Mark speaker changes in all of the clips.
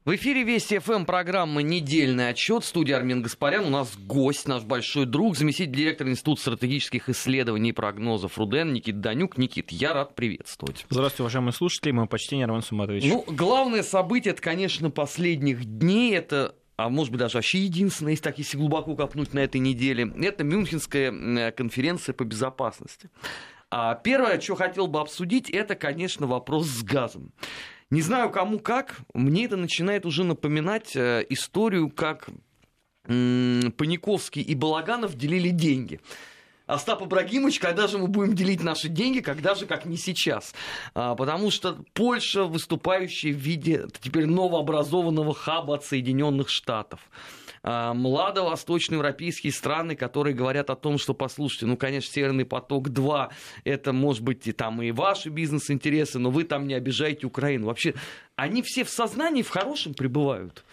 Speaker 1: В эфире Вести ФМ, программа «Недельный отчет». В студии Армен Гаспарян. У нас гость, наш большой друг, заместитель директора Института стратегических исследований и прогнозов РУДН Никита Данюк. Никит, я рад приветствовать.
Speaker 2: Здравствуйте, уважаемые слушатели. Мое почтение, Роман Суматович.
Speaker 1: Главное событие, это, конечно, последних дней. Это, а может быть, даже вообще единственное, если глубоко копнуть на этой неделе, это Мюнхенская конференция по безопасности. Первое, что хотел бы обсудить, это, конечно, вопрос с газом. Не знаю, кому как, мне это начинает уже напоминать историю, как Паниковский и Балаганов делили деньги. Остап Ибрагимович, когда же мы будем делить наши деньги, когда же, как не сейчас? Потому что Польша, выступающая в виде теперь новообразованного хаба от Соединенных Штатов. Младо-восточноевропейские страны, которые говорят о том, что, послушайте, конечно, Северный поток-2, это, может быть, и там и ваши бизнес-интересы, но вы там не обижаете Украину. Вообще, они все в сознании в хорошем пребывают?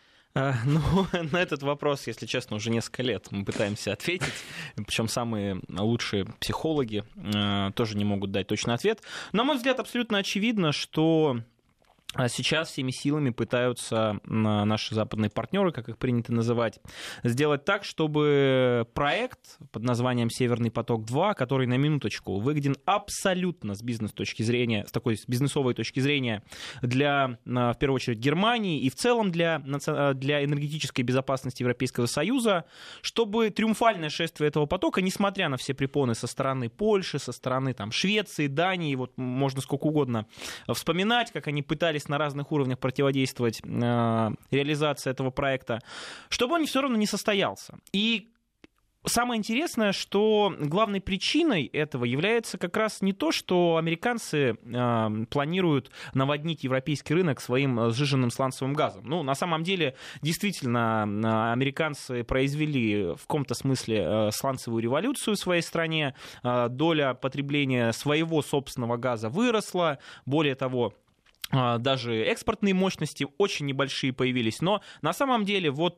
Speaker 2: На этот вопрос, если честно, уже несколько лет мы пытаемся ответить. Причем самые лучшие психологи тоже не могут дать точный ответ. На мой взгляд, абсолютно очевидно, что сейчас всеми силами пытаются наши западные партнеры, как их принято называть, сделать так, чтобы проект под названием «Северный поток-2», который, на минуточку, выгоден абсолютно с бизнес-точки зрения, с такой бизнесовой точки зрения для, в первую очередь, Германии и в целом для энергетической безопасности Европейского Союза, чтобы триумфальное шествие этого потока, несмотря на все препоны со стороны Польши, со стороны Швеции, Дании, вот можно сколько угодно вспоминать, как они пытались на разных уровнях противодействовать реализации этого проекта, чтобы он все равно не состоялся. И самое интересное, что главной причиной этого является как раз не то, что американцы планируют наводнить европейский рынок своим сжиженным сланцевым газом. На самом деле, действительно, американцы произвели в каком-то смысле сланцевую революцию в своей стране. Доля потребления своего собственного газа выросла. Более того, даже экспортные мощности очень небольшие появились, но на самом деле вот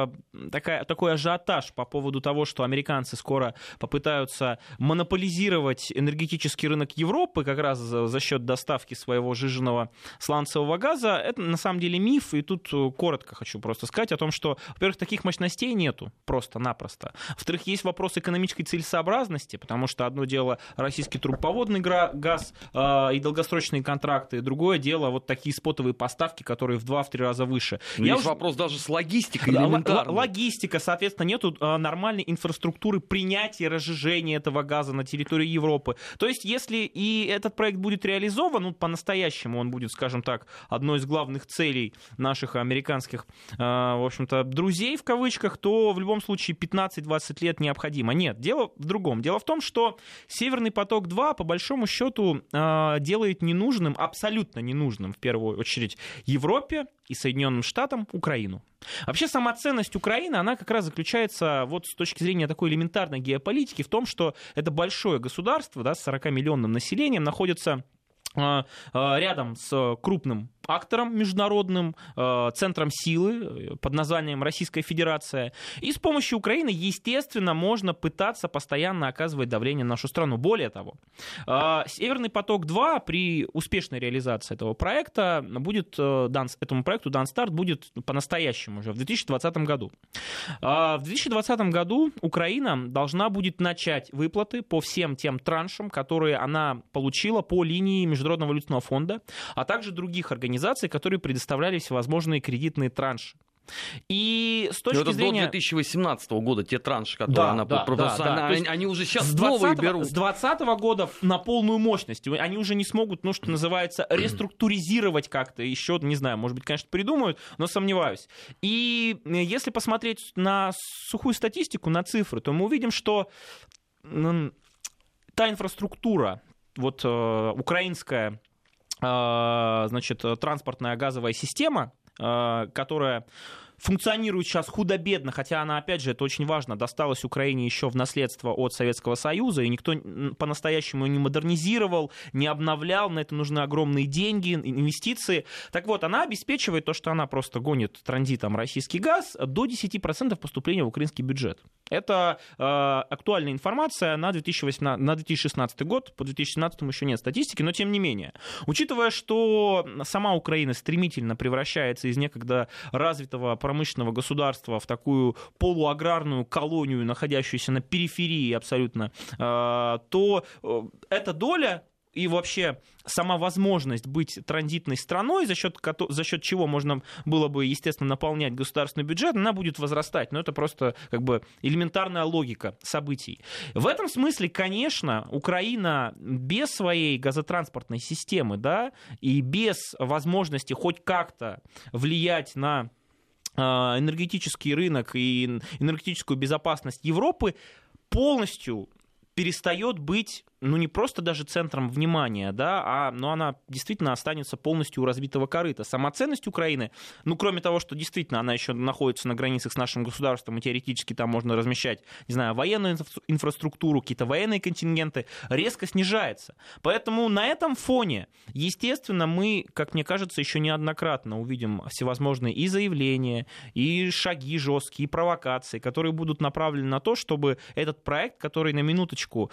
Speaker 2: такой ажиотаж по поводу того, что американцы скоро попытаются монополизировать энергетический рынок Европы как раз за счет доставки своего сжиженного сланцевого газа, это на самом деле миф, и тут коротко хочу просто сказать о том, что, во-первых, таких мощностей нету просто-напросто, во-вторых, есть вопрос экономической целесообразности, потому что одно дело российский трубопроводный газ и долгосрочные контракты, другое дело вот такие спотовые поставки, которые в 2-3 раза выше.
Speaker 1: Есть вопрос даже с логистикой элементарно.
Speaker 2: Логистика, соответственно, нету нормальной инфраструктуры принятия и разжижения этого газа на территории Европы. То есть, если и этот проект будет реализован, по-настоящему он будет, скажем так, одной из главных целей наших американских, в общем-то, друзей, в кавычках, то в любом случае 15-20 лет необходимо. Нет, дело в другом. Дело в том, что Северный поток-2, по большому счету, делает ненужным, абсолютно ненужным, в первую очередь, Европе и Соединенным Штатам Украину. Вообще сама ценность Украины, она как раз заключается вот с точки зрения такой элементарной геополитики в том, что это большое государство, с 40-миллионным населением, находится рядом с крупным актором международным, центром силы под названием Российская Федерация. И с помощью Украины, естественно, можно пытаться постоянно оказывать давление на нашу страну. Более того, Северный поток-2 при успешной реализации этого проекта этому проекту дан старт будет по-настоящему уже в 2020 году. В 2020 году Украина должна будет начать выплаты по всем тем траншам, которые она получила по линии Международного валютного фонда, а также других организаций, которые предоставляли всевозможные кредитные транши. И с точки зрения...
Speaker 1: до 2018 года те транши, которые они уже сейчас новые берут.
Speaker 2: С 2020 года на полную мощность. Они уже не смогут, что называется, реструктуризировать как-то. Еще, не знаю, может быть, конечно, придумают, но сомневаюсь. И если посмотреть на сухую статистику, на цифры, то мы увидим, что та инфраструктура, украинская, транспортная газовая система, которая функционирует сейчас худо-бедно, хотя она, опять же, это очень важно, досталась Украине еще в наследство от Советского Союза, и никто по-настоящему не модернизировал, не обновлял, на это нужны огромные деньги, инвестиции. Так вот, она обеспечивает то, что она просто гонит транзитом российский газ до 10% поступления в украинский бюджет. Это актуальная информация на 2016 год, по 2017 еще нет статистики, но тем не менее. Учитывая, что сама Украина стремительно превращается из некогда развитого промышленного государства в такую полуаграрную колонию, находящуюся на периферии абсолютно, то эта доля и вообще сама возможность быть транзитной страной, за счет чего можно было бы, естественно, наполнять государственный бюджет, она будет возрастать. Но это просто как бы элементарная логика событий. В этом смысле, конечно, Украина без своей газотранспортной системы, да, и без возможности хоть как-то влиять на энергетический рынок и энергетическую безопасность Европы, полностью перестает быть, ну, не просто даже центром внимания, да, но она действительно останется полностью у разбитого корыта. Сама ценность Украины, ну, кроме того, что действительно она еще находится на границах с нашим государством, и теоретически там можно размещать, не знаю, военную инфраструктуру, какие-то военные контингенты, резко снижается. Поэтому на этом фоне, естественно, мы, как мне кажется, еще неоднократно увидим всевозможные и заявления, и шаги жесткие, и провокации, которые будут направлены на то, чтобы этот проект, который на минуточку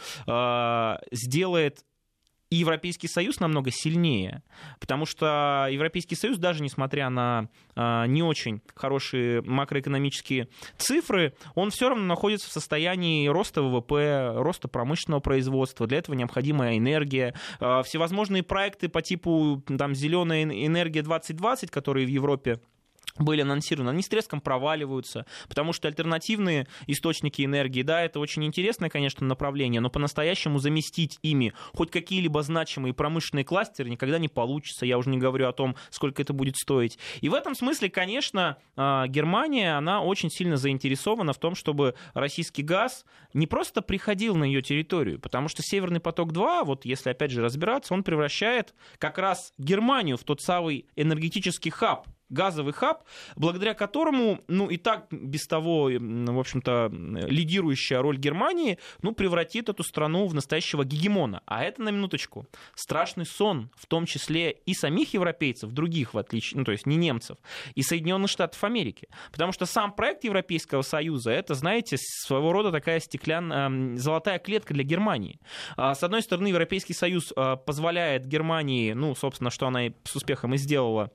Speaker 2: сделает и Европейский Союз намного сильнее, потому что Европейский Союз, даже несмотря на не очень хорошие макроэкономические цифры, он все равно находится в состоянии роста ВВП, роста промышленного производства. Для этого необходимая энергия. Всевозможные проекты по типу там, «Зеленая энергия 2020», которые в Европе были анонсированы, они с треском проваливаются, потому что альтернативные источники энергии, да, это очень интересное, конечно, направление, но по-настоящему заместить ими хоть какие-либо значимые промышленные кластеры никогда не получится, я уже не говорю о том, сколько это будет стоить. И в этом смысле, конечно, Германия, она очень сильно заинтересована в том, чтобы российский газ не просто приходил на ее территорию, потому что «Северный поток-2», вот если опять же разбираться, он превращает как раз Германию в тот самый энергетический хаб, газовый хаб, благодаря которому, ну, и так без того, в общем-то, лидирующая роль Германии, ну, превратит эту страну в настоящего гегемона. А это, на минуточку, страшный сон, в том числе и самих европейцев, других, в отличие, ну, то есть не немцев, и Соединенных Штатов Америки. Потому что сам проект Европейского Союза, это, знаете, своего рода такая золотая клетка для Германии. С одной стороны, Европейский Союз позволяет Германии, ну, собственно, что она с успехом и сделала,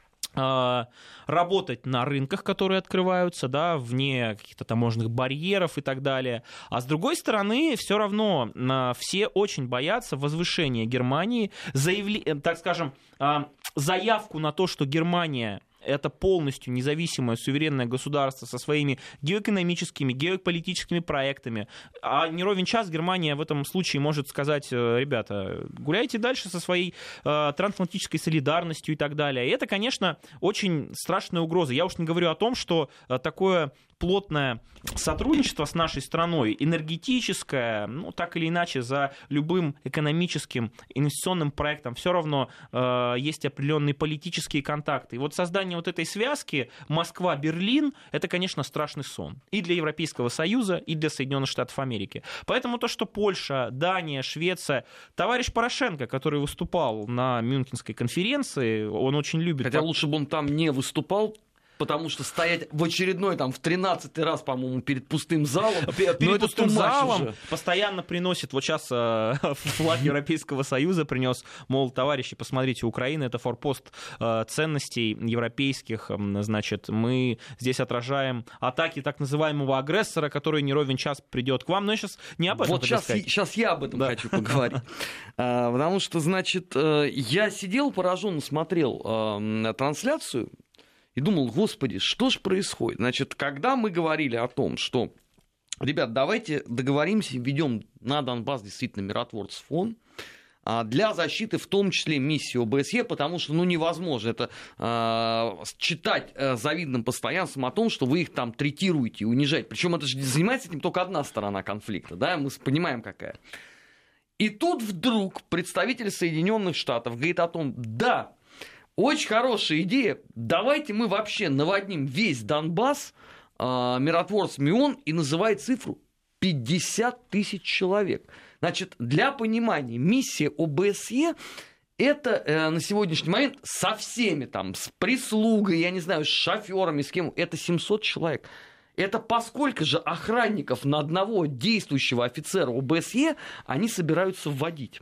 Speaker 2: работать на рынках, которые открываются, да, вне каких-то таможенных барьеров и так далее. А с другой стороны, все равно все очень боятся возвышения Германии, так скажем, заявку на то, что Германия это полностью независимое суверенное государство со своими геоэкономическими, геополитическими проектами. А не ровен час Германия в этом случае может сказать: ребята, гуляйте дальше со своей трансатлантической солидарностью и так далее. И это, конечно, очень страшная угроза. Я уж не говорю о том, что такое плотное сотрудничество с нашей страной, энергетическое, ну, так или иначе, за любым экономическим инвестиционным проектом все равно есть определенные политические контакты. И вот создание вот этой связки Москва-Берлин, это, конечно, страшный сон. И для Европейского Союза, и для Соединенных Штатов Америки. Поэтому то, что Польша, Дания, Швеция, товарищ Порошенко, который выступал на Мюнхенской конференции, он очень любит...
Speaker 1: Хотя лучше бы он там не выступал, потому что стоять в очередной, там, в 13-й раз, по-моему, перед пустым залом.
Speaker 2: Перед пустым залом постоянно приносит, вот сейчас флаг Европейского Союза принес, мол, товарищи, посмотрите, Украина — это форпост ценностей европейских, значит, мы здесь отражаем атаки так называемого агрессора, который не ровен час придет к вам. Но я сейчас не об этом
Speaker 1: вот сейчас я об этом хочу поговорить. Потому что, значит, я сидел пораженно, смотрел трансляцию, и думал, господи, что ж происходит? Значит, когда мы говорили о том, что, ребят, давайте договоримся и введем на Донбасс действительно миротворцев ООН, для защиты в том числе миссии ОБСЕ, потому что, ну, невозможно это читать завидным постоянством о том, что вы их там третируете и унижаете. Причем это же занимается этим только одна сторона конфликта, да, мы понимаем, какая. И тут вдруг представитель Соединенных Штатов говорит о том, да, очень хорошая идея. Давайте мы вообще наводним весь Донбасс миротворцами ООН и называть цифру 50 тысяч человек. Значит, для понимания, миссия ОБСЕ это на сегодняшний момент со всеми, там, с прислугой, я не знаю, с шоферами, с кем, это 700 человек. Это поскольку же охранников на одного действующего офицера ОБСЕ они собираются вводить?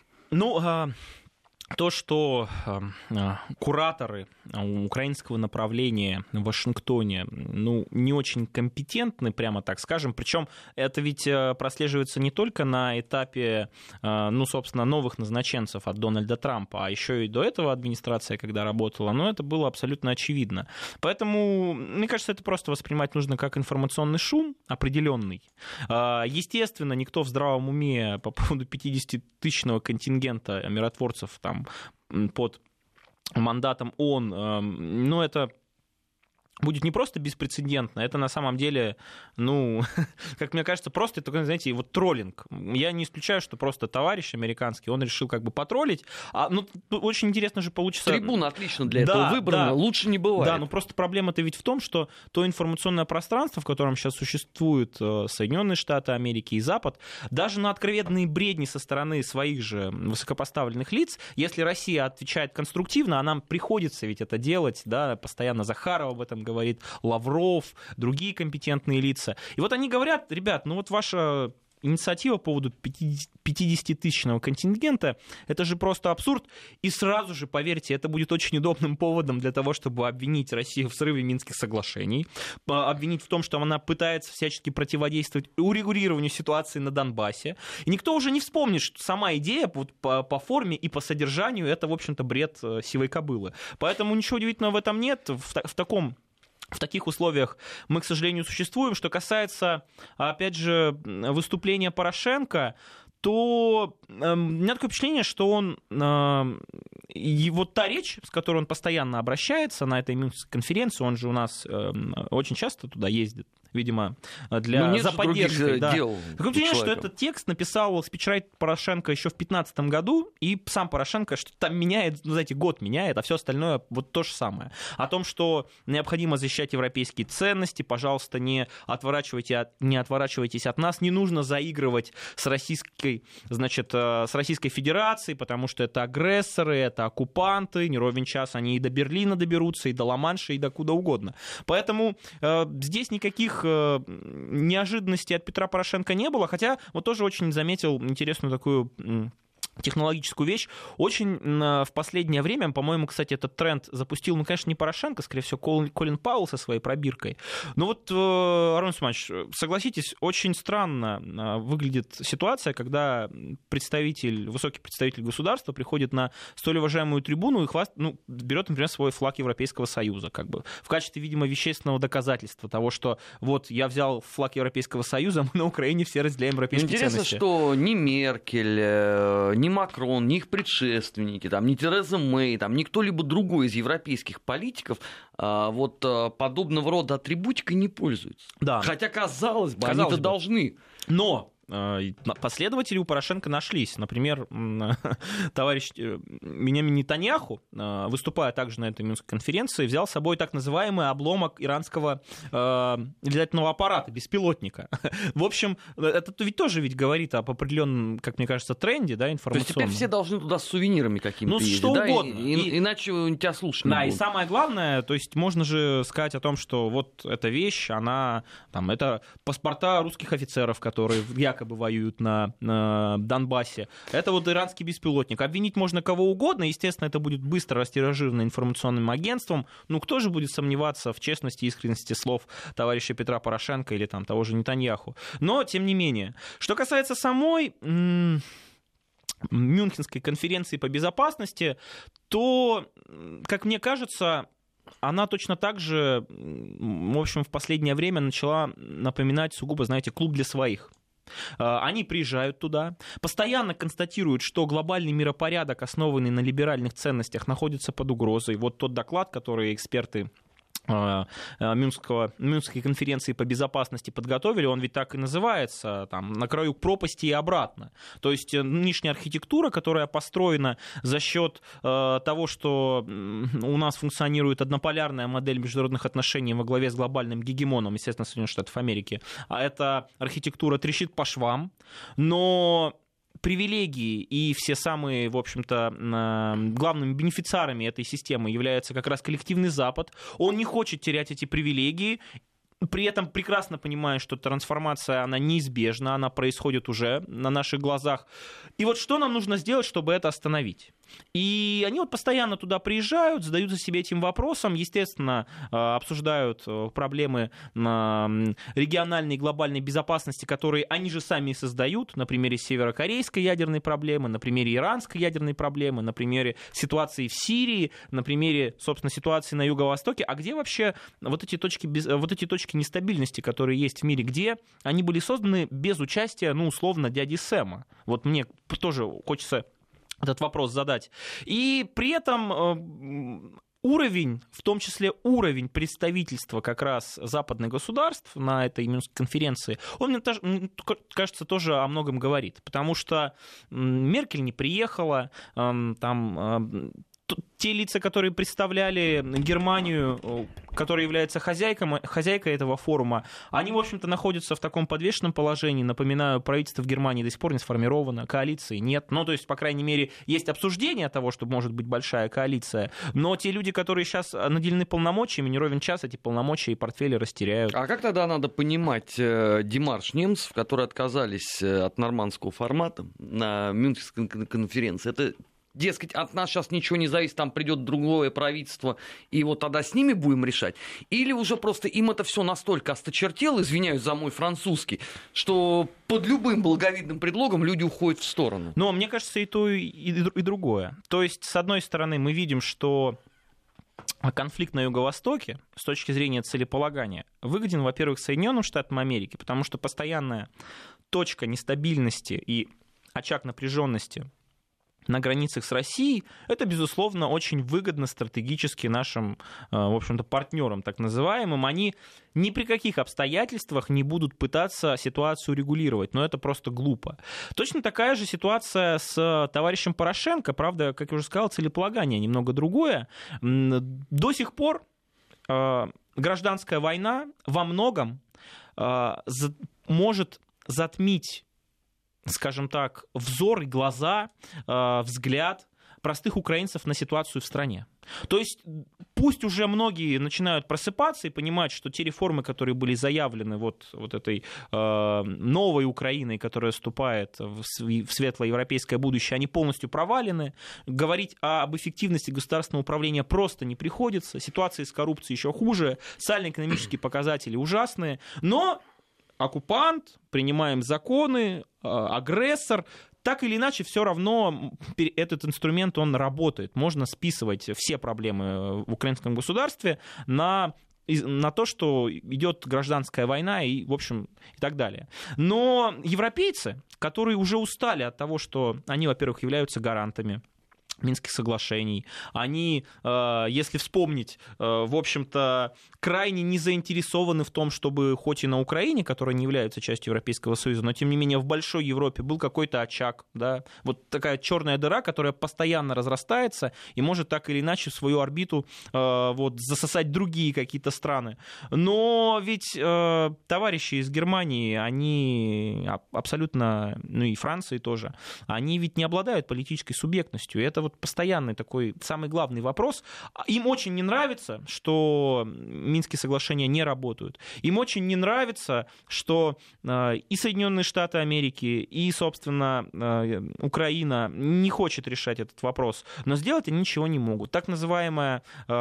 Speaker 2: То, что кураторы украинского направления в Вашингтоне, не очень компетентны, прямо так скажем, причем это ведь прослеживается не только на этапе, собственно, новых назначенцев от Дональда Трампа, а еще и до этого администрация, когда работала, но это было абсолютно очевидно. Поэтому, мне кажется, это просто воспринимать нужно как информационный шум определенный. Естественно, никто в здравом уме по поводу 50-тысячного контингента миротворцев там под мандатом ООН, это будет не просто беспрецедентно, это на самом деле, как мне кажется, просто это, знаете, вот троллинг. Я не исключаю, что просто товарищ американский, он решил как бы потроллить. Очень интересно же получится...
Speaker 1: Трибуна отлично для этого выбрана, лучше не бывает.
Speaker 2: Да, но просто проблема-то ведь в том, что то информационное пространство, в котором сейчас существуют Соединенные Штаты Америки и Запад, даже на откровенные бредни со стороны своих же высокопоставленных лиц, если Россия отвечает конструктивно, а нам приходится ведь это делать, да, постоянно Захаров об этом говорит, Лавров, другие компетентные лица. И вот они говорят, ребят, ваша инициатива по поводу 50-тысячного контингента, это же просто абсурд. И сразу же, поверьте, это будет очень удобным поводом для того, чтобы обвинить Россию в срыве Минских соглашений, обвинить в том, что она пытается всячески противодействовать урегулированию ситуации на Донбассе. И никто уже не вспомнит, что сама идея по форме и по содержанию это, в общем-то, бред сивой кобылы. Поэтому ничего удивительного в этом нет. В таких условиях мы, к сожалению, существуем. Что касается, опять же, выступления Порошенко, то у меня такое впечатление, что он, и вот та речь, с которой он постоянно обращается на этой Минской конференции, он же у нас очень часто туда ездит, видимо, за поддержкой. Да. Такое впечатление, что этот текст написал спичрайтер Порошенко еще в 2015 году, и сам Порошенко что-то там меняет, год меняет, а все остальное вот то же самое. О том, что необходимо защищать европейские ценности, пожалуйста, не отворачивайтесь от нас, не нужно заигрывать с Российской Федерацией, потому что это агрессоры, это оккупанты, не ровен час они и до Берлина доберутся, и до Ла-Манша, и до куда угодно. Поэтому здесь никаких неожиданностей от Петра Порошенко не было, хотя вот тоже очень заметил интересную такую технологическую вещь. Очень в последнее время, по-моему, кстати, этот тренд запустил, конечно, не Порошенко, скорее всего, Колин Пауэлл со своей пробиркой. Но вот, Арон Суманович, согласитесь, очень странно выглядит ситуация, когда высокий представитель государства приходит на столь уважаемую трибуну и берет, например, свой флаг Европейского Союза, как бы в качестве, видимо, вещественного доказательства того, что вот я взял флаг Европейского Союза, мы на Украине все разделяем европейские ценности.
Speaker 1: Интересно, что ни Меркель, ни Макрон, ни их предшественники, ни Тереза Мэй, ни кто-либо другой из европейских политиков подобного рода атрибутикой не пользуются.
Speaker 2: Да.
Speaker 1: Хотя, казалось бы, они-то должны.
Speaker 2: Но последователи у Порошенко нашлись. Например, товарищ Биньямин Нетаньяху, выступая также на этой Минской конференции, взял с собой так называемый обломок иранского летательного аппарата, беспилотника. В общем, это ведь тоже говорит об определенном, как мне кажется, тренде, да, информационном.
Speaker 1: То есть теперь все должны туда с сувенирами какими-то ездить,
Speaker 2: что угодно.
Speaker 1: Иначе тебя слушать не будут.
Speaker 2: Да, и самое главное, то есть можно же сказать о том, что вот эта вещь, это паспорта русских офицеров, которые якобы воюют на Донбассе. Это иранский беспилотник. Обвинить можно кого угодно. Естественно, это будет быстро растиражировано информационным агентством. Кто же будет сомневаться в честности и искренности слов товарища Петра Порошенко или того же Нетаньяху? Но, тем не менее. Что касается самой Мюнхенской конференции по безопасности, то, как мне кажется, она точно так же, в общем, в последнее время начала напоминать сугубо, клуб для своих. Они приезжают туда, постоянно констатируют, что глобальный миропорядок, основанный на либеральных ценностях, находится под угрозой. Вот тот доклад, который эксперты Мюнхенской конференции по безопасности подготовили, он ведь так и называется, там, на краю пропасти и обратно. То есть нынешняя архитектура, которая построена за счет того, что у нас функционирует однополярная модель международных отношений во главе с глобальным гегемоном, естественно, Соединенных Штатов Америки, а эта архитектура трещит по швам, но привилегии и все самые, в общем-то, главными бенефициарами этой системы является как раз коллективный Запад. Он не хочет терять эти привилегии, при этом прекрасно понимая, что трансформация, она неизбежна, она происходит уже на наших глазах. И вот что нам нужно сделать, чтобы это остановить? И они вот постоянно туда приезжают, задаются себе этим вопросом, естественно, обсуждают проблемы региональной и глобальной безопасности, которые они же сами и создают, на примере северокорейской ядерной проблемы, на примере иранской ядерной проблемы, на примере ситуации в Сирии, на примере, собственно, ситуации на Юго-Востоке. А где вообще вот эти точки нестабильности, которые есть в мире, где они были созданы без участия, ну, условно, дяди Сэма? Вот мне тоже хочется этот вопрос задать. И при этом уровень, в том числе уровень представительства как раз западных государств на этой Мюнхенской конференции, он, мне кажется, тоже о многом говорит. Потому что Меркель не приехала, те лица, которые представляли Германию, которая является хозяйкой этого форума, они, в общем-то, находятся в таком подвешенном положении. Напоминаю, правительство в Германии до сих пор не сформировано, коалиции нет. Ну, то есть, по крайней мере, есть обсуждение того, что может быть большая коалиция, но те люди, которые сейчас наделены полномочиями, не ровен час эти полномочия и портфели растеряют.
Speaker 1: А как тогда надо понимать демарш немцев, которые отказались от нормандского формата на Мюнхенской конференции? Это, дескать, от нас сейчас ничего не зависит, там придет другое правительство, и вот тогда с ними будем решать? Или уже просто им это все настолько осточертело, извиняюсь за мой французский, что под любым благовидным предлогом люди уходят в сторону?
Speaker 2: Но мне кажется, и то, и другое. То есть, с одной стороны, мы видим, что конфликт на Юго-Востоке с точки зрения целеполагания выгоден, во-первых, Соединенным Штатам Америки, потому что постоянная точка нестабильности и очаг напряженности на границах с Россией, это, безусловно, очень выгодно стратегически нашим, в общем-то, партнерам, так называемым. Они ни при каких обстоятельствах не будут пытаться ситуацию регулировать, но это просто глупо. Точно такая же ситуация с товарищем Порошенко, правда, как я уже сказал, целеполагание немного другое. До сих пор гражданская война во многом может затмить, скажем так, взор и глаза, взгляд простых украинцев на ситуацию в стране. То есть пусть уже многие начинают просыпаться и понимать, что те реформы, которые были заявлены вот этой новой Украиной, которая вступает в светлое европейское будущее, они полностью провалены. Говорить об эффективности государственного управления просто не приходится. Ситуация с коррупцией еще хуже, социально-экономические показатели ужасные, но оккупант, принимаем законы, агрессор, так или иначе, все равно этот инструмент, он работает. Можно списывать все проблемы в украинском государстве на то, что идет гражданская война и, в общем, и так далее. Но европейцы, которые уже устали от того, что они, во-первых, являются гарантами Минских соглашений. Они, если вспомнить, в общем-то, крайне не заинтересованы в том, чтобы хоть и на Украине, которая не является частью Европейского Союза, но тем не менее в большой Европе был какой-то очаг, да, вот такая черная дыра, которая постоянно разрастается и может так или иначе в свою орбиту вот, засосать другие какие-то страны. Но ведь товарищи из Германии, они абсолютно, ну и Франции тоже, они ведь не обладают политической субъектностью. И это вот постоянный такой самый главный вопрос. Им очень не нравится, что Минские соглашения не работают. Им очень не нравится, что и Соединенные Штаты Америки, и, собственно, Украина не хочет решать этот вопрос. Но сделать они ничего не могут. Так называемая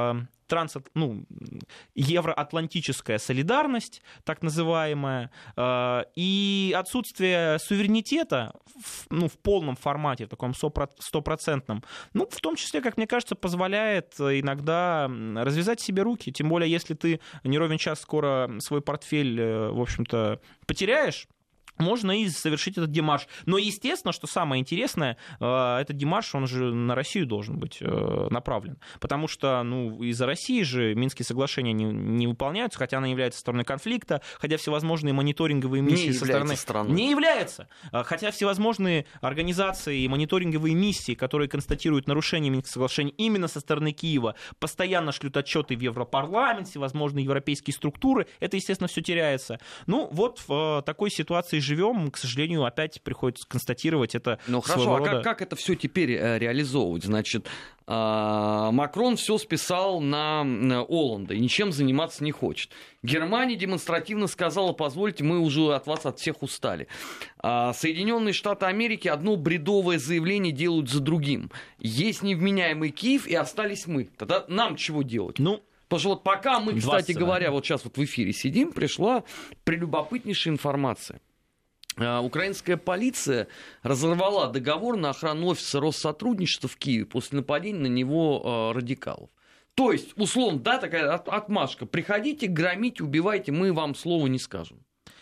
Speaker 2: евроатлантическая солидарность, так называемая, и отсутствие суверенитета в полном формате, в таком стопроцентном, в том числе, как мне кажется, позволяет иногда развязать себе руки, тем более, если ты не ровен час скоро свой портфель, в общем-то, потеряешь, можно и совершить этот демарш. Но, естественно, что самое интересное, этот демарш, он же на Россию должен быть направлен. Потому что из-за России же Минские соглашения не выполняются, хотя она является стороной конфликта, хотя всевозможные мониторинговые миссии со стороны... Не является. Хотя всевозможные организации и мониторинговые миссии, которые констатируют нарушение Минских соглашений именно со стороны Киева, постоянно шлют отчеты в Европарламент, всевозможные европейские структуры, это, естественно, все теряется. Вот в такой ситуации живем, к сожалению, опять приходится констатировать это.
Speaker 1: Ну хорошо, а как это все теперь реализовывать? Значит, Макрон все списал на Олланда и ничем заниматься не хочет. Германия демонстративно сказала: позвольте, мы уже от вас от всех устали. Соединенные Штаты Америки одно бредовое заявление делают за другим. Есть невменяемый Киев, и остались мы. Тогда нам чего делать? Потому что вот пока мы, кстати говоря, вот сейчас вот в эфире сидим, пришла прелюбопытнейшая информация. Украинская полиция разорвала договор на охрану офиса Россотрудничества в Киеве после нападения на него радикалов. То есть, условно, да, такая отмашка. Приходите, громите, убивайте, мы вам слова не скажем.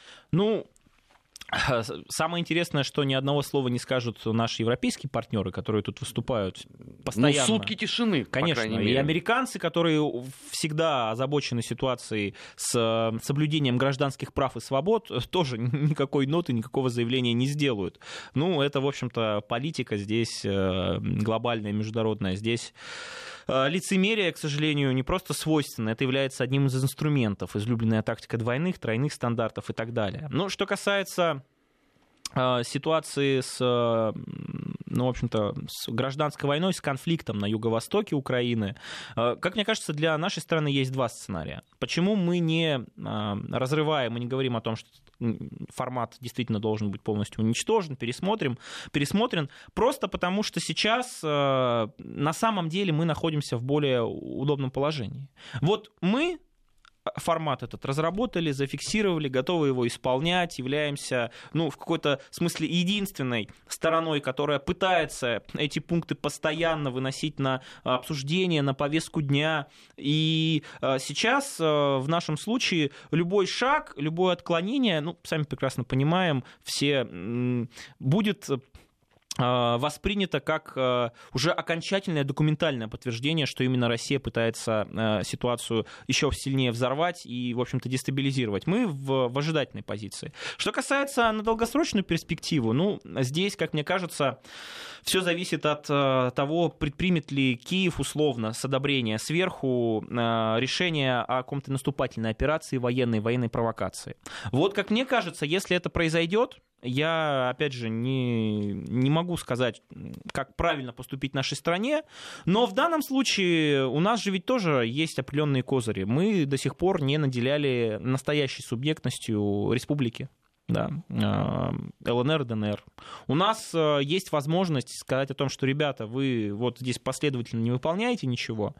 Speaker 2: Самое интересное, что ни одного слова не скажут наши европейские партнеры, которые тут выступают постоянно.
Speaker 1: Сутки тишины,
Speaker 2: конечно,
Speaker 1: по крайней мере.
Speaker 2: И американцы, которые всегда озабочены ситуацией с соблюдением гражданских прав и свобод, тоже никакой ноты, никакого заявления не сделают. Это, в общем-то, политика здесь глобальная, международная. Здесь лицемерие, к сожалению, не просто свойственно, это является одним из инструментов, излюбленная тактика двойных, тройных стандартов и так далее. Что касается ситуации с гражданской войной, с конфликтом на юго-востоке Украины, как мне кажется, для нашей страны есть два сценария. Почему мы не разрываем и не говорим о том, что формат действительно должен быть полностью уничтожен, пересмотрен? Просто потому, что сейчас на самом деле мы находимся в более удобном положении. Вот мы формат этот разработали, зафиксировали, готовы его исполнять, являемся, в какой-то смысле единственной стороной, которая пытается эти пункты постоянно выносить на обсуждение, на повестку дня. И сейчас в нашем случае любой шаг, любое отклонение, сами прекрасно понимаем, все будет воспринято как уже окончательное документальное подтверждение, что именно Россия пытается ситуацию еще сильнее взорвать и, в общем-то, дестабилизировать. Мы в ожидательной позиции. Что касается на долгосрочную перспективу, здесь, как мне кажется, все зависит от того, предпримет ли Киев условно с одобрения сверху решение о каком-то наступательной операции, военной провокации. Вот, как мне кажется, если это произойдет, я, опять же, не могу сказать, как правильно поступить в нашей стране, но в данном случае у нас же ведь тоже есть определенные козыри. Мы до сих пор не наделяли настоящей субъектностью республики. Да, ЛНР, ДНР. У нас есть возможность сказать о том, что, ребята, вы вот здесь последовательно не выполняете ничего.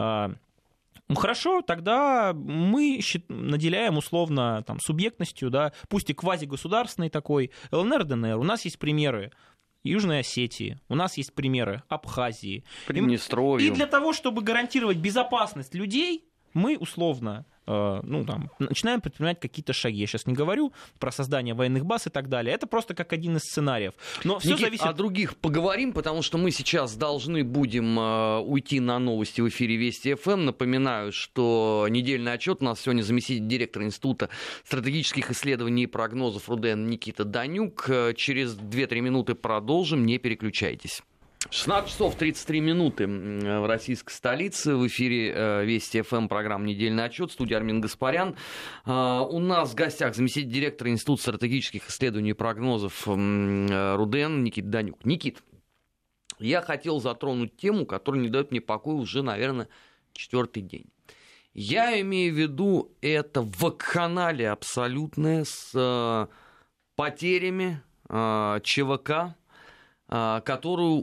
Speaker 2: Хорошо, тогда мы наделяем условно субъектностью, да, пусть и квазигосударственной такой, ЛНР, ДНР. У нас есть примеры Южной Осетии, у нас есть примеры Абхазии.
Speaker 1: Приднестровья.
Speaker 2: И для того, чтобы гарантировать безопасность людей, мы условно начинаем предпринимать какие-то шаги. Я сейчас не говорю про создание военных баз и так далее. Это просто как один из сценариев. Но все зависит...
Speaker 1: О других поговорим, потому что мы сейчас должны будем уйти на новости в эфире Вести ФМ. Напоминаю, что недельный отчет у нас сегодня заместитель директора Института стратегических исследований и прогнозов РУДН Никита Данюк. Через 2-3 минуты продолжим. Не переключайтесь. 16 часов 33 минуты в российской столице. В эфире Вести ФМ, программа «Недельный отчет». Студия Армин Гаспарян. У нас в гостях заместитель директора Института стратегических исследований и прогнозов РУДН Никита Данюк. Никит, я хотел затронуть тему, которая не дает мне покоя уже, наверное, 4-й день. Я имею в виду это вакханалия абсолютная с потерями ЧВК, которую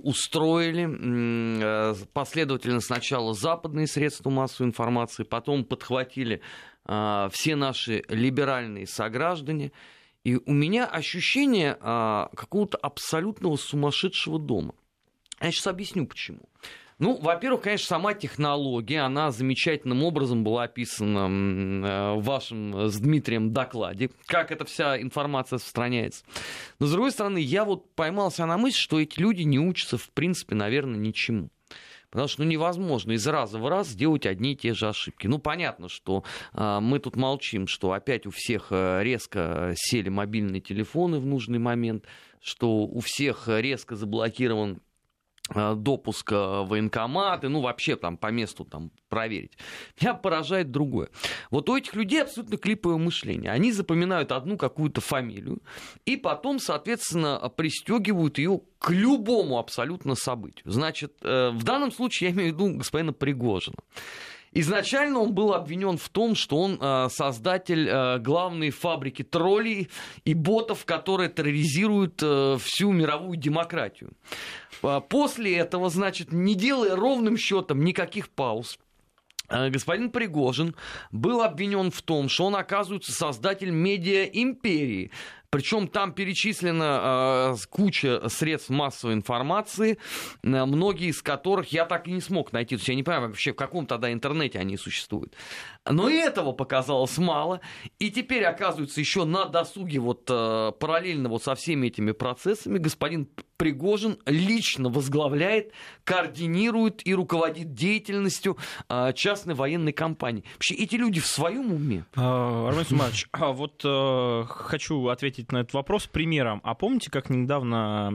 Speaker 1: устроили последовательно сначала западные средства массовой информации, потом подхватили все наши либеральные сограждане. И у меня ощущение какого-то абсолютного сумасшедшего дома. Я сейчас объясню, почему. Ну, во-первых, конечно, сама технология, она замечательным образом была описана в вашем с Дмитрием докладе, как эта вся информация распространяется. Но, с другой стороны, я вот поймался на мысли, что эти люди не учатся, в принципе, наверное, ничему. Потому что невозможно из раза в раз делать одни и те же ошибки. Ну, понятно, что мы тут молчим, что опять у всех резко сели мобильные телефоны в нужный момент, что у всех резко заблокирован допуск в военкоматы, ну, вообще там по месту там проверить. Меня поражает другое. Вот у этих людей абсолютно клиповое мышление. Они запоминают одну какую-то фамилию и потом, соответственно, пристегивают ее к любому абсолютно событию. Значит, в данном случае я имею в виду господина Пригожина. Изначально он был обвинен в том, что он создатель главной фабрики троллей и ботов, которые терроризируют всю мировую демократию. После этого, значит, не делая ровным счетом никаких пауз, господин Пригожин был обвинен в том, что он, оказывается, создатель медиа-империи. Причем там перечислена куча средств массовой информации, многие из которых я так и не смог найти. То есть я не понимаю, вообще в каком тогда интернете они существуют. Но и этого показалось мало. И теперь, оказывается, еще на досуге вот, параллельно вот со всеми этими процессами господин Пригожин лично возглавляет, координирует и руководит деятельностью частной военной компании. Вообще эти люди в своем уме?
Speaker 2: Армен Сумарович, вот хочу ответить на этот вопрос примером. А помните, как недавно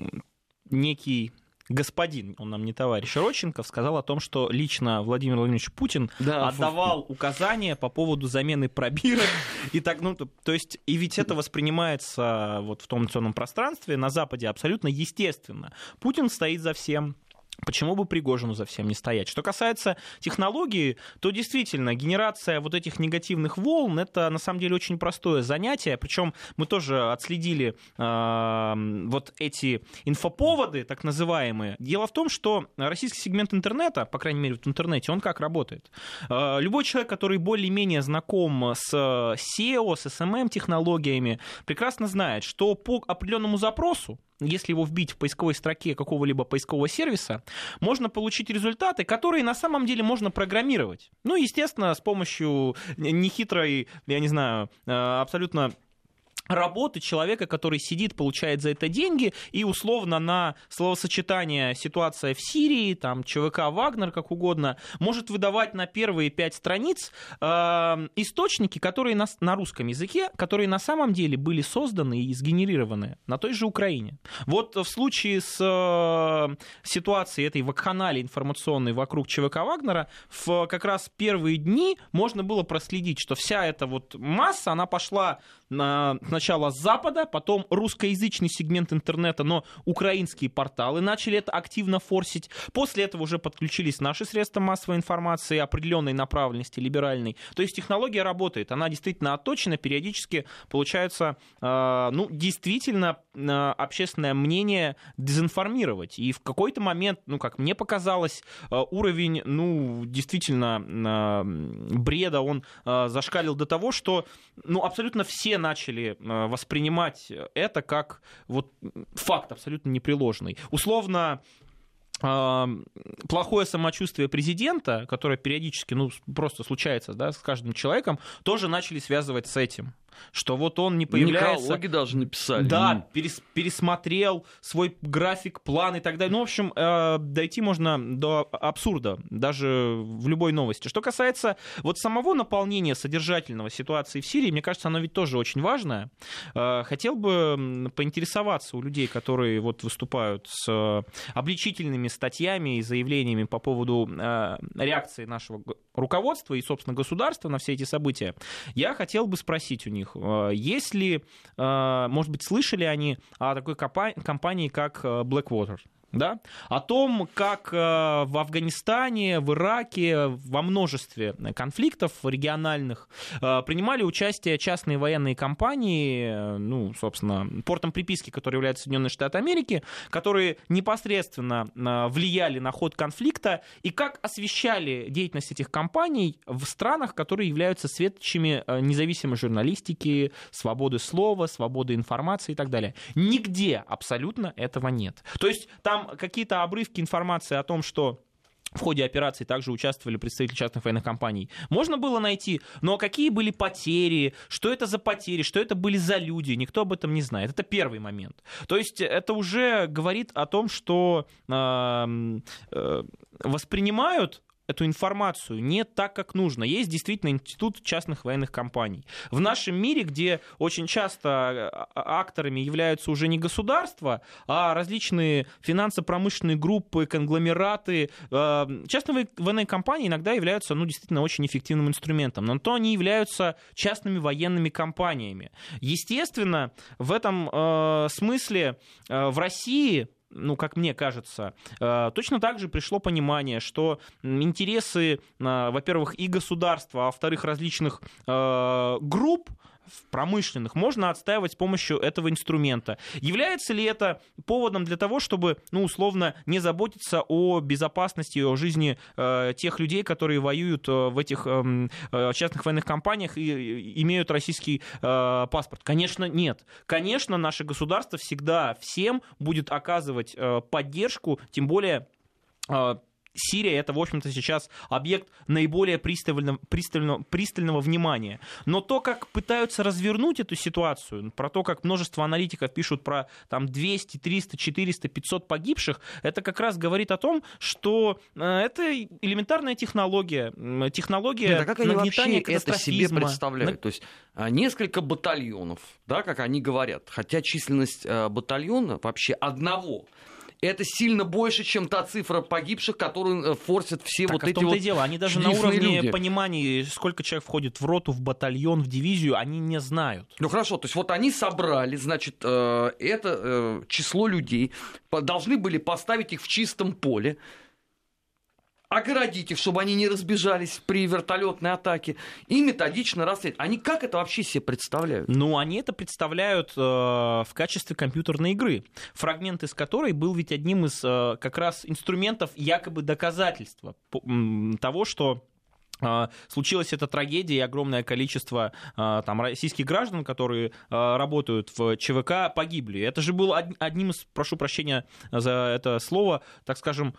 Speaker 2: некий господин, он нам не товарищ, Родченков, сказал о том, что лично Владимир Владимирович Путин отдавал указания по поводу замены пробирок и так, ну, то есть, и ведь это воспринимается вот в том информационном пространстве на Западе абсолютно естественно. Путин стоит за всем. Почему бы Пригожину за всем не стоять? Что касается технологии, то действительно генерация вот этих негативных волн — это на самом деле очень простое занятие. Причем мы тоже отследили вот эти инфоповоды, так называемые. Дело в том, что российский сегмент интернета, по крайней мере в интернете, он как работает? Любой человек, который более-менее знаком с SEO, с SMM-технологиями, прекрасно знает, что по определенному запросу, если его вбить в поисковой строке какого-либо поискового сервиса, можно получить результаты, которые на самом деле можно программировать. Ну, естественно, с помощью нехитрой, я не знаю, абсолютно работы человека, который сидит, получает за это деньги, и условно на словосочетание «ситуация в Сирии», там, ЧВК «Вагнер», как угодно, может выдавать на первые 5 страниц источники, которые на русском языке, которые на самом деле были созданы и сгенерированы на той же Украине. Вот в случае с ситуацией этой вакханалии информационной вокруг ЧВК «Вагнера» в как раз первые дни можно было проследить, что вся эта вот масса, она пошла сначала с Запада, потом русскоязычный сегмент интернета, но украинские порталы начали это активно форсить. После этого уже подключились наши средства массовой информации определенной направленности, либеральной. То есть технология работает, она действительно отточена, периодически получается, ну, действительно общественное мнение дезинформировать. И в какой-то момент, ну, как мне показалось, уровень, ну, действительно бреда, он зашкалил до того, что, ну, абсолютно все начали воспринимать это как вот факт абсолютно непреложный. Условно, плохое самочувствие президента, которое периодически, ну, просто случается, да, с каждым человеком, тоже начали связывать с этим. Что вот он не появляется...
Speaker 1: Некрологи даже написали.
Speaker 2: Да, пересмотрел свой график, план и так далее. Ну, в общем, дойти можно до абсурда, даже в любой новости. Что касается вот самого наполнения содержательного ситуации в Сирии, мне кажется, оно ведь тоже очень важное. Хотел бы поинтересоваться у людей, которые вот выступают с обличительными статьями и заявлениями по поводу реакции нашего руководства и, собственно, государства на все эти события. Я хотел бы спросить у них, есть ли, может быть, слышали они о такой компании, как Blackwater? Да? О том, как в Афганистане, в Ираке, во множестве конфликтов региональных принимали участие частные военные компании, ну, собственно, портом приписки, который является Соединенные Штаты Америки, которые непосредственно влияли на ход конфликта, и как освещали деятельность этих компаний в странах, которые являются светочами независимой журналистики, свободы слова, свободы информации и так далее. Нигде абсолютно этого нет. То есть там какие-то обрывки информации о том, что в ходе операции также участвовали представители частных военных компаний. Можно было найти, но какие были потери, что это за потери, что это были за люди, никто об этом не знает. Это первый момент. То есть это уже говорит о том, что воспринимают эту информацию не так, как нужно. Есть действительно институт частных военных компаний. В нашем мире, где очень часто акторами являются уже не государства, а различные финансово-промышленные группы, конгломераты, частные военные компании иногда являются, действительно очень эффективным инструментом, но то они являются частными военными компаниями. Естественно, в этом смысле в России, как мне кажется, точно так же пришло понимание, что интересы, во-первых, и государства, а во-вторых, различных групп промышленных можно отстаивать с помощью этого инструмента. Является ли это поводом для того, чтобы, условно, не заботиться о безопасности, о жизни тех людей, которые воюют в этих частных военных компаниях и имеют российский паспорт? Конечно, нет. Конечно, наше государство всегда всем будет оказывать поддержку, тем более Сирия — это, в общем-то, сейчас объект наиболее пристального внимания. Но то, как пытаются развернуть эту ситуацию, про то, как множество аналитиков пишут про 200, 300, 400, 500 погибших, это как раз говорит о том, что это элементарная технология. Технология
Speaker 1: как они вообще
Speaker 2: катастрофизма.
Speaker 1: Это себе представляют? То есть несколько батальонов, да, как они говорят, хотя численность батальона вообще одного — это сильно больше, чем та цифра погибших, которую форсят все
Speaker 2: так,
Speaker 1: вот
Speaker 2: а
Speaker 1: эти
Speaker 2: в том-то
Speaker 1: вот
Speaker 2: и дело. Они даже на уровне
Speaker 1: люди.
Speaker 2: Понимания, сколько человек входит в роту, в батальон, в дивизию, они не знают.
Speaker 1: Хорошо, то есть вот они собрали, значит, это число людей, должны были поставить их в чистом поле, огородить их, чтобы они не разбежались при вертолетной атаке, и методично расследовать. Они как это вообще себе представляют?
Speaker 2: Они это представляют в качестве компьютерной игры, фрагмент из которой был ведь одним из как раз инструментов якобы доказательства того, что случилась эта трагедия, и огромное количество российских граждан, которые работают в ЧВК, погибли. Это же был одним из, прошу прощения за это слово, так скажем,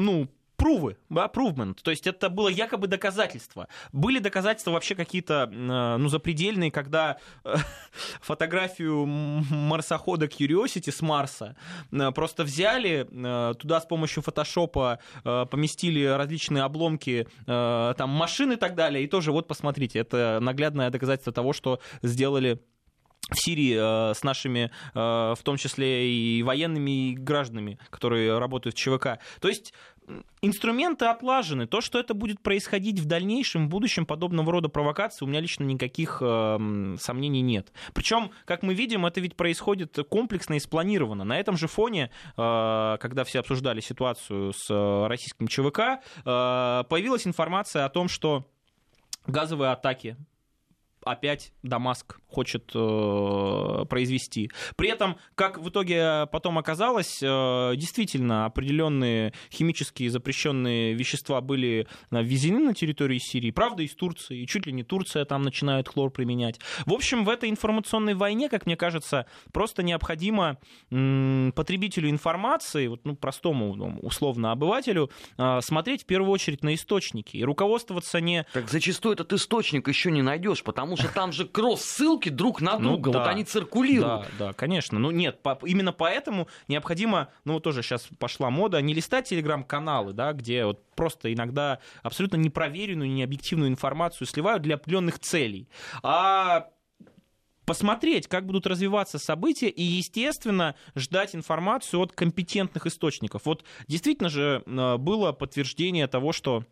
Speaker 2: provement, то есть это было якобы доказательство. Были доказательства вообще какие-то запредельные, когда фотографию марсохода Curiosity с Марса просто взяли, туда с помощью фотошопа поместили различные обломки машин и так далее, и тоже вот посмотрите, это наглядное доказательство того, что сделали в Сирии с нашими, в том числе и военными, и гражданами, которые работают в ЧВК. То есть инструменты отлажены. То, что это будет происходить в дальнейшем, в будущем, подобного рода провокации, у меня лично никаких сомнений нет. Причем, как мы видим, это ведь происходит комплексно и спланировано. На этом же фоне, когда все обсуждали ситуацию с российским ЧВК, появилась информация о том, что газовые атаки опять Дамаск хочет произвести. При этом, как в итоге потом оказалось, действительно определенные химические запрещенные вещества были ввезены на территорию Сирии, правда, из Турции, и чуть ли не Турция там начинает хлор применять. В общем, в этой информационной войне, как мне кажется, просто необходимо потребителю информации, простому условно обывателю, смотреть в первую очередь на источники и руководствоваться не...
Speaker 1: Так зачастую этот источник еще не найдешь, потому что там же кросс-ссылки друг на друга,
Speaker 2: да,
Speaker 1: вот они циркулируют.
Speaker 2: Да, конечно. Нет, именно поэтому необходимо, тоже сейчас пошла мода, не листать телеграм-каналы, да, где просто иногда абсолютно непроверенную, необъективную информацию сливают для определенных целей, а посмотреть, как будут развиваться события, и, естественно, ждать информацию от компетентных источников. Действительно же было подтверждение того, что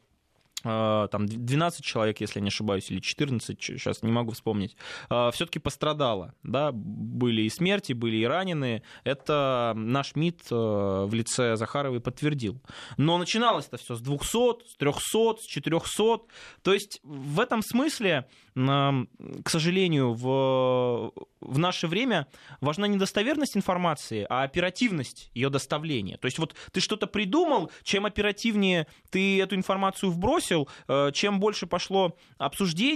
Speaker 2: 12 человек, если я не ошибаюсь, или 14, сейчас не могу вспомнить, все-таки пострадало. Да? Были и смерти, были и раненые. Это наш МИД в лице Захаровой подтвердил. Но начиналось это все с 200, с 300, с 400. То есть в этом смысле, к сожалению, в наше время важна не достоверность информации, а оперативность ее доставления. То есть ты что-то придумал, чем оперативнее ты эту информацию вбросил, чем больше пошло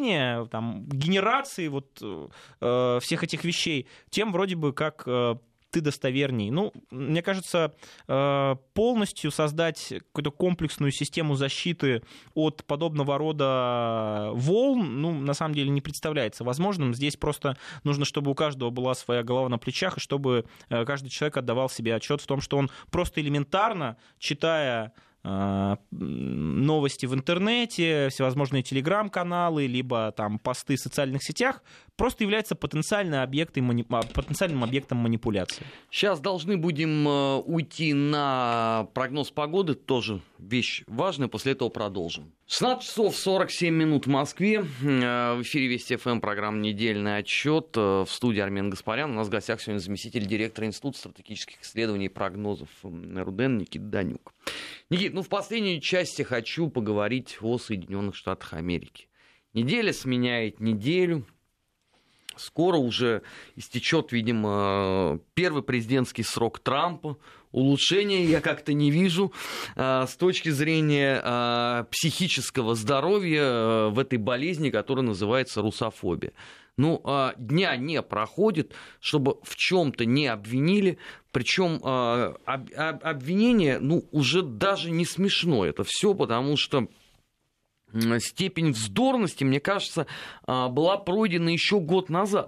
Speaker 2: обсуждения, генерации всех этих вещей, тем вроде бы как ты достоверней. Ну, мне кажется, полностью создать какую-то комплексную систему защиты от подобного рода волн, ну, на самом деле не представляется возможным. Здесь просто нужно, чтобы у каждого была своя голова на плечах, и чтобы каждый человек отдавал себе отчет в том, что он просто элементарно, читая новости в интернете, всевозможные телеграм-каналы, либо там посты в социальных сетях, просто является потенциальным объектом манипуляции.
Speaker 1: Сейчас должны будем уйти на прогноз погоды, тоже вещь важная, после этого продолжим. 16 часов 47 минут в Москве, в эфире Вести ФМ, программа «Недельный отчет», в студии Армен Гаспарян. У нас в гостях сегодня заместитель директора Института стратегических исследований и прогнозов РУДН Никита Данюк. Никит, в последней части хочу поговорить о Соединенных Штатах Америки. Неделя сменяет неделю. Скоро уже истечет, видимо, первый президентский срок Трампа. Улучшения я как-то не вижу с точки зрения психического здоровья в этой болезни, которая называется русофобия. Дня не проходит, чтобы в чем-то не обвинили, причем обвинение, уже даже не смешно это все, потому что степень вздорности, мне кажется, была пройдена еще год назад.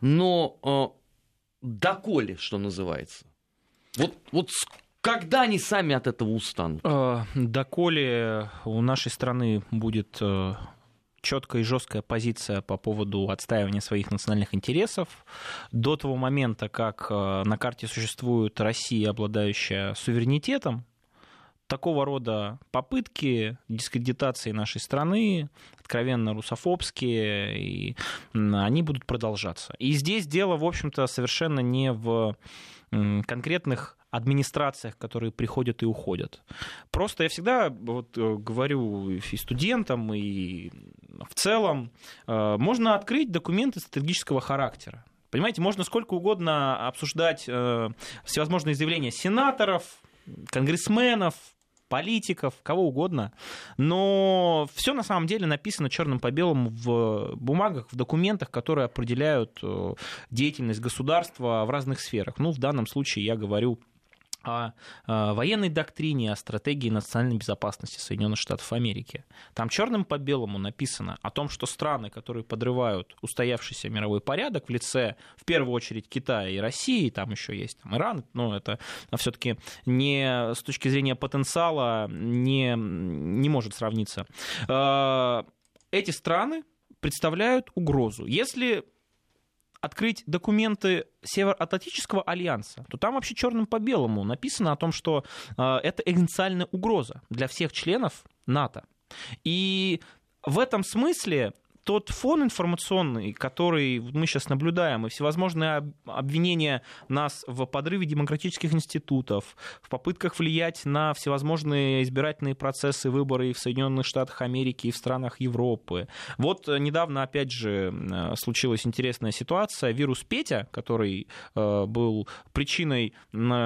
Speaker 1: Но доколе, что называется? Вот когда они сами от этого устанут?
Speaker 2: Доколе у нашей страны будет четкая и жесткая позиция по поводу отстаивания своих национальных интересов, до того момента, как на карте существует Россия, обладающая суверенитетом, такого рода попытки дискредитации нашей страны, откровенно русофобские, и они будут продолжаться. И здесь дело, в общем-то, совершенно не в конкретных администрациях, которые приходят и уходят. Просто я всегда говорю и студентам, и в целом, можно открыть документы стратегического характера. Понимаете, можно сколько угодно обсуждать всевозможные заявления сенаторов, конгрессменов, политиков, кого угодно, но все на самом деле написано черным по белому в бумагах, в документах, которые определяют деятельность государства в разных сферах. В данном случае я говорю о военной доктрине, о стратегии национальной безопасности Соединенных Штатов Америки. Там черным по белому написано о том, что страны, которые подрывают устоявшийся мировой порядок в лице, в первую очередь, Китая и России, там еще есть Иран, но это все-таки не с точки зрения потенциала не может сравниться. Эти страны представляют угрозу. Если открыть документы Североатлантического альянса, то там вообще черным по белому написано о том, что это экзистенциальная угроза для всех членов НАТО. И в этом смысле тот фон информационный, который мы сейчас наблюдаем, и всевозможные обвинения нас в подрыве демократических институтов, в попытках влиять на всевозможные избирательные процессы, выборы и в Соединенных Штатах Америки, и в странах Европы. Вот недавно, опять же, случилась интересная ситуация. Вирус Петя, который был причиной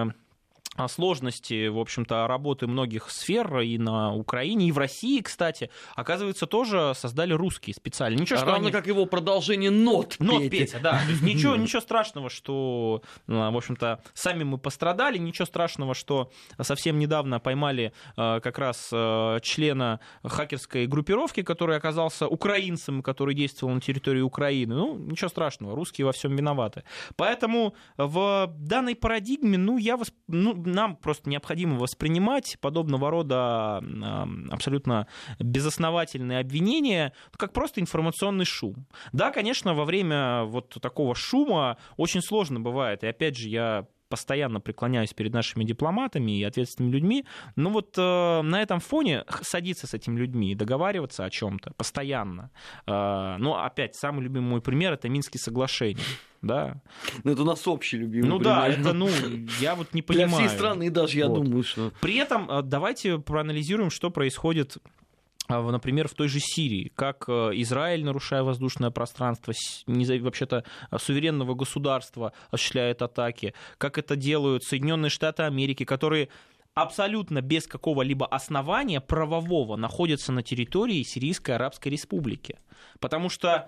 Speaker 2: сложности, в общем-то, работы многих сфер и на Украине, и в России, кстати, оказывается, тоже создали русские специально. Ничего,
Speaker 1: равно как его продолжение «Нот
Speaker 2: Петя». Да. То есть ничего страшного, что, в общем-то, сами мы пострадали, ничего страшного, что совсем недавно поймали как раз члена хакерской группировки, который оказался украинцем, который действовал на территории Украины. Ничего страшного, русские во всем виноваты. Поэтому в данной парадигме, нам просто необходимо воспринимать подобного рода абсолютно безосновательные обвинения как просто информационный шум. Да, конечно, во время вот такого шума очень сложно бывает. И опять же, я постоянно преклоняюсь перед нашими дипломатами и ответственными людьми, но на этом фоне садиться с этими людьми и договариваться о чем-то постоянно. Опять, самый любимый мой пример — это Минские соглашения. Да.
Speaker 1: Это у нас общий любимый пример.
Speaker 2: Да, это, я не понимаю.
Speaker 1: Для всей страны даже, я думаю, что...
Speaker 2: При этом давайте проанализируем, что происходит, например, в той же Сирии, как Израиль, нарушая воздушное пространство вообще-то суверенного государства, осуществляет атаки, как это делают Соединенные Штаты Америки, которые абсолютно без какого-либо основания правового находятся на территории Сирийской Арабской Республики. Потому что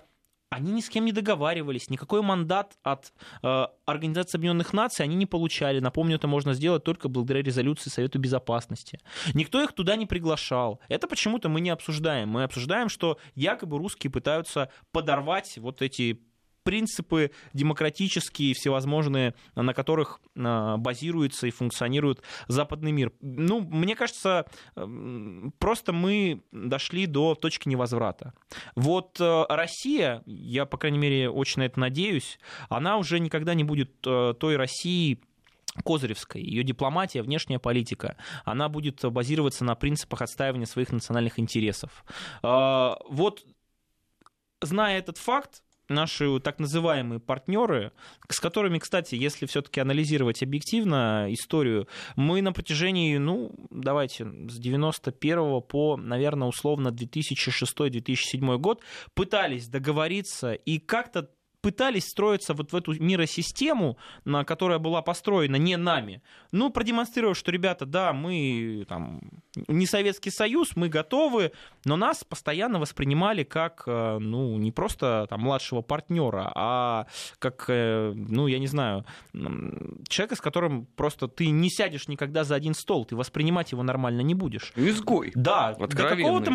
Speaker 2: Они ни с кем не договаривались, никакой мандат от Организации Объединенных Наций они не получали. Напомню, это можно сделать только благодаря резолюции Совета Безопасности. Никто их туда не приглашал. Это почему-то мы не обсуждаем. Мы обсуждаем, что якобы русские пытаются подорвать вот эти принципы демократические, всевозможные, на которых базируется и функционирует западный мир. Ну, мне кажется, просто мы дошли до точки невозврата. Вот Россия, я, по крайней мере, очень на это надеюсь, она уже никогда не будет той Россией козыревской. Ее дипломатия, внешняя политика, она будет базироваться на принципах отстаивания своих национальных интересов. Вот, зная этот факт, наши так называемые партнеры, с которыми, кстати, если все-таки анализировать объективно историю, мы на протяжении, давайте, с 91 по, наверное, условно 2006-2007 год пытались договориться и как-то пытались строиться вот в эту миросистему, которая была построена не нами, продемонстрировав, что, ребята, да, мы там не Советский Союз, мы готовы, но нас постоянно воспринимали как, не просто там младшего партнера, а как, я не знаю, человека, с которым просто ты не сядешь никогда за один стол, ты воспринимать его нормально не будешь.
Speaker 1: Изгой.
Speaker 2: Да, до какого-то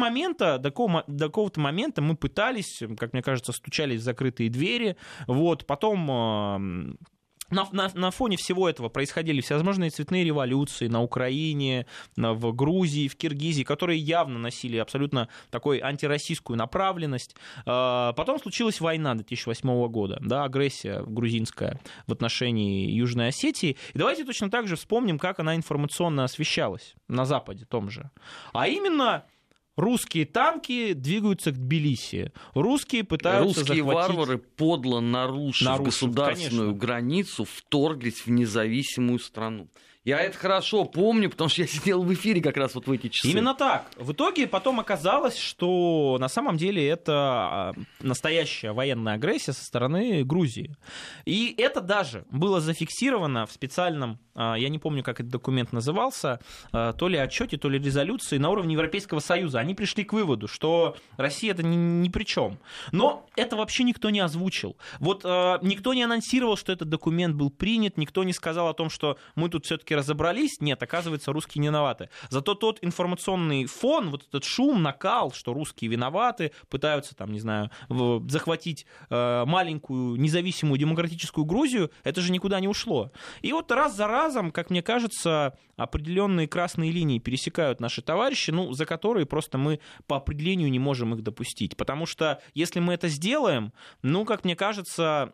Speaker 2: момента мы пытались, как мне кажется, стучались в закрытые двери. Вот, потом на фоне всего этого происходили всевозможные цветные революции на Украине, в Грузии, в Киргизии, которые явно носили абсолютно такой антироссийскую направленность. Потом случилась война 2008 года, да, агрессия грузинская в отношении Южной Осетии. И давайте точно так же вспомним, как она информационно освещалась на Западе том же. А именно... Русские танки двигаются к Тбилиси. Русские пытаются
Speaker 1: Русские
Speaker 2: захватить...
Speaker 1: варвары, подло нарушив государственную границу, вторглись в независимую страну. Я это хорошо помню, потому что я сидел в эфире как раз вот в эти часы.
Speaker 2: Именно так. В итоге потом оказалось, что на самом деле это настоящая военная агрессия со стороны Грузии. И это даже было зафиксировано в специальном, я не помню, как этот документ назывался, то ли отчете, то ли резолюции на уровне Европейского Союза. Они пришли к выводу, что Россия это ни при чем. Но это вообще никто не озвучил. Вот никто не анонсировал, что этот документ был принят, никто не сказал о том, что мы тут все-таки разобрались. Нет, оказывается, русские не виноваты. Зато тот информационный фон, вот этот шум, накал, что русские виноваты, пытаются, там, не знаю, захватить маленькую независимую демократическую Грузию, это же никуда не ушло. И вот раз за разом, как мне кажется, определенные красные линии пересекают наши товарищи, за которые просто мы по определению не можем их допустить. Потому что если мы это сделаем, как мне кажется...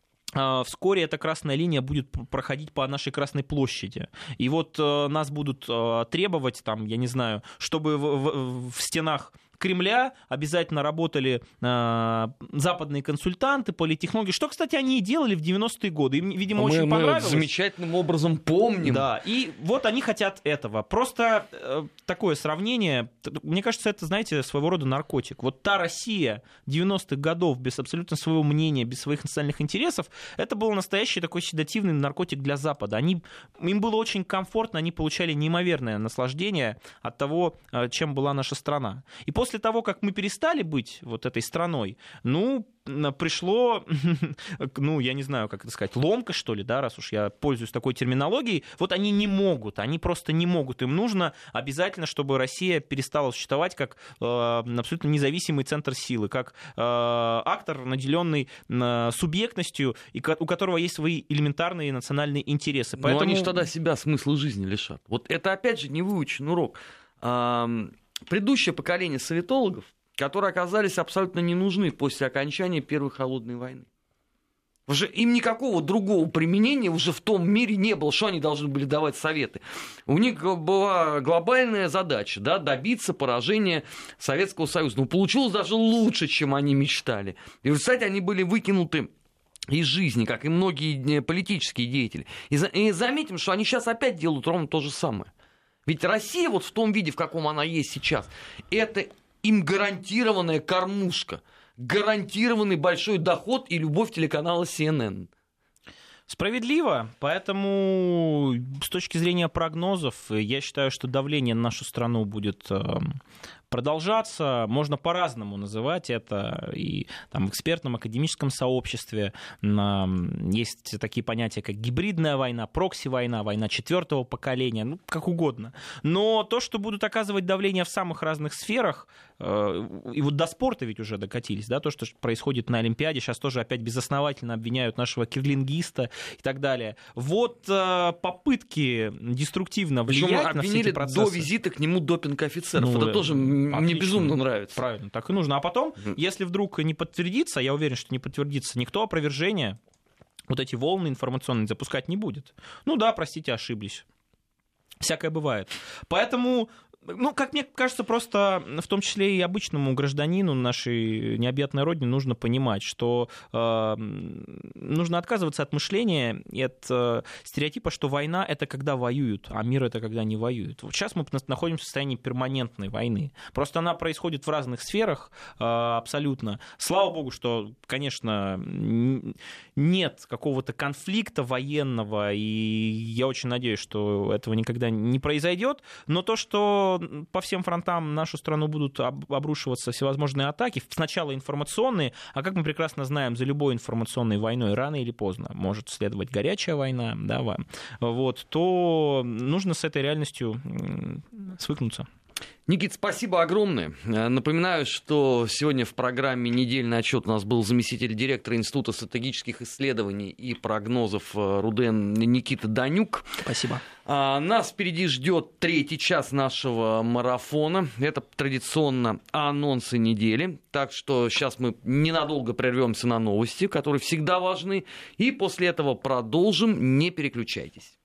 Speaker 2: вскоре эта красная линия будет проходить по нашей Красной площади. И вот нас будут требовать, там, я не знаю, чтобы в стенах Кремля обязательно работали западные консультанты, политтехнологи, что, кстати, они и делали в 90-е годы. Им, видимо, очень понравилось.
Speaker 1: Мы замечательным образом помним.
Speaker 2: Да, и вот они хотят этого. Просто такое сравнение, мне кажется, это, знаете, своего рода наркотик. Вот та Россия 90-х годов без абсолютно своего мнения, без своих национальных интересов, это был настоящий такой седативный наркотик для Запада. Им было очень комфортно, они получали неимоверное наслаждение от того, чем была наша страна. И после того, как мы перестали быть вот этой страной, пришло, я не знаю, как это сказать, ломка, что ли, да, раз уж я пользуюсь такой терминологией, вот они не могут, они просто не могут. Им нужно обязательно, чтобы Россия перестала существовать как абсолютно независимый центр силы, как актор, наделенный субъектностью, и у которого есть свои элементарные национальные интересы.
Speaker 1: Поэтому... Но они же тогда себя смысла жизни лишат. Вот это, опять же, не выучен урок. Предыдущее поколение советологов, которые оказались абсолютно не нужны после окончания Первой холодной войны. Уже им никакого другого применения уже в том мире не было, что они должны были давать советы. У них была глобальная задача, да, добиться поражения Советского Союза. Но получилось даже лучше, чем они мечтали. И в результате они были выкинуты из жизни, как и многие политические деятели. И заметим, что они сейчас опять делают ровно то же самое. Ведь Россия вот в том виде, в каком она есть сейчас, это им гарантированная кормушка, гарантированный большой доход и любовь телеканала CNN.
Speaker 2: Справедливо, поэтому с точки зрения прогнозов, я считаю, что давление на нашу страну будет продолжаться. Можно по-разному называть это. И там, в экспертном академическом сообществе есть такие понятия, как гибридная война, прокси-война, война четвертого поколения, ну, как угодно. Но то, что будут оказывать давление в самых разных сферах, и вот до спорта ведь уже докатились, да, то, что происходит на Олимпиаде, сейчас тоже опять безосновательно обвиняют нашего кирлингиста и так далее. Вот попытки деструктивно влиять на все эти процессы.
Speaker 1: До визита к нему допинг-офицеров. Это тоже мне безумно нравится.
Speaker 2: Правильно, так и нужно. А потом, если вдруг не подтвердится, я уверен, что не подтвердится, никто опровержения вот эти волны информационные запускать не будет. Ну да, простите, ошиблись. Всякое бывает. Поэтому, ну, как мне кажется, просто в том числе и обычному гражданину нашей необъятной родины нужно понимать, что нужно отказываться от мышления и от стереотипа, что война — это когда воюют, а мир — это когда не воюют. Вот сейчас мы находимся в состоянии перманентной войны. Просто она происходит в разных сферах абсолютно. Слава богу, что, конечно, нет какого-то конфликта военного, и я очень надеюсь, что этого никогда не произойдет, но то, что по всем фронтам нашу страну будут обрушиваться всевозможные атаки, сначала информационные, а как мы прекрасно знаем, за любой информационной войной рано или поздно может следовать горячая война, да, вот, то нужно с этой реальностью свыкнуться.
Speaker 1: Никит, спасибо огромное. Напоминаю, что сегодня в программе «Недельный отчет» у нас был заместитель директора Института стратегических исследований и прогнозов РУДН Никита Данюк.
Speaker 2: Спасибо.
Speaker 1: Нас впереди ждет третий час нашего марафона. Это традиционно анонсы недели. Так что сейчас мы ненадолго прервемся на новости, которые всегда важны. И после этого продолжим. Не переключайтесь.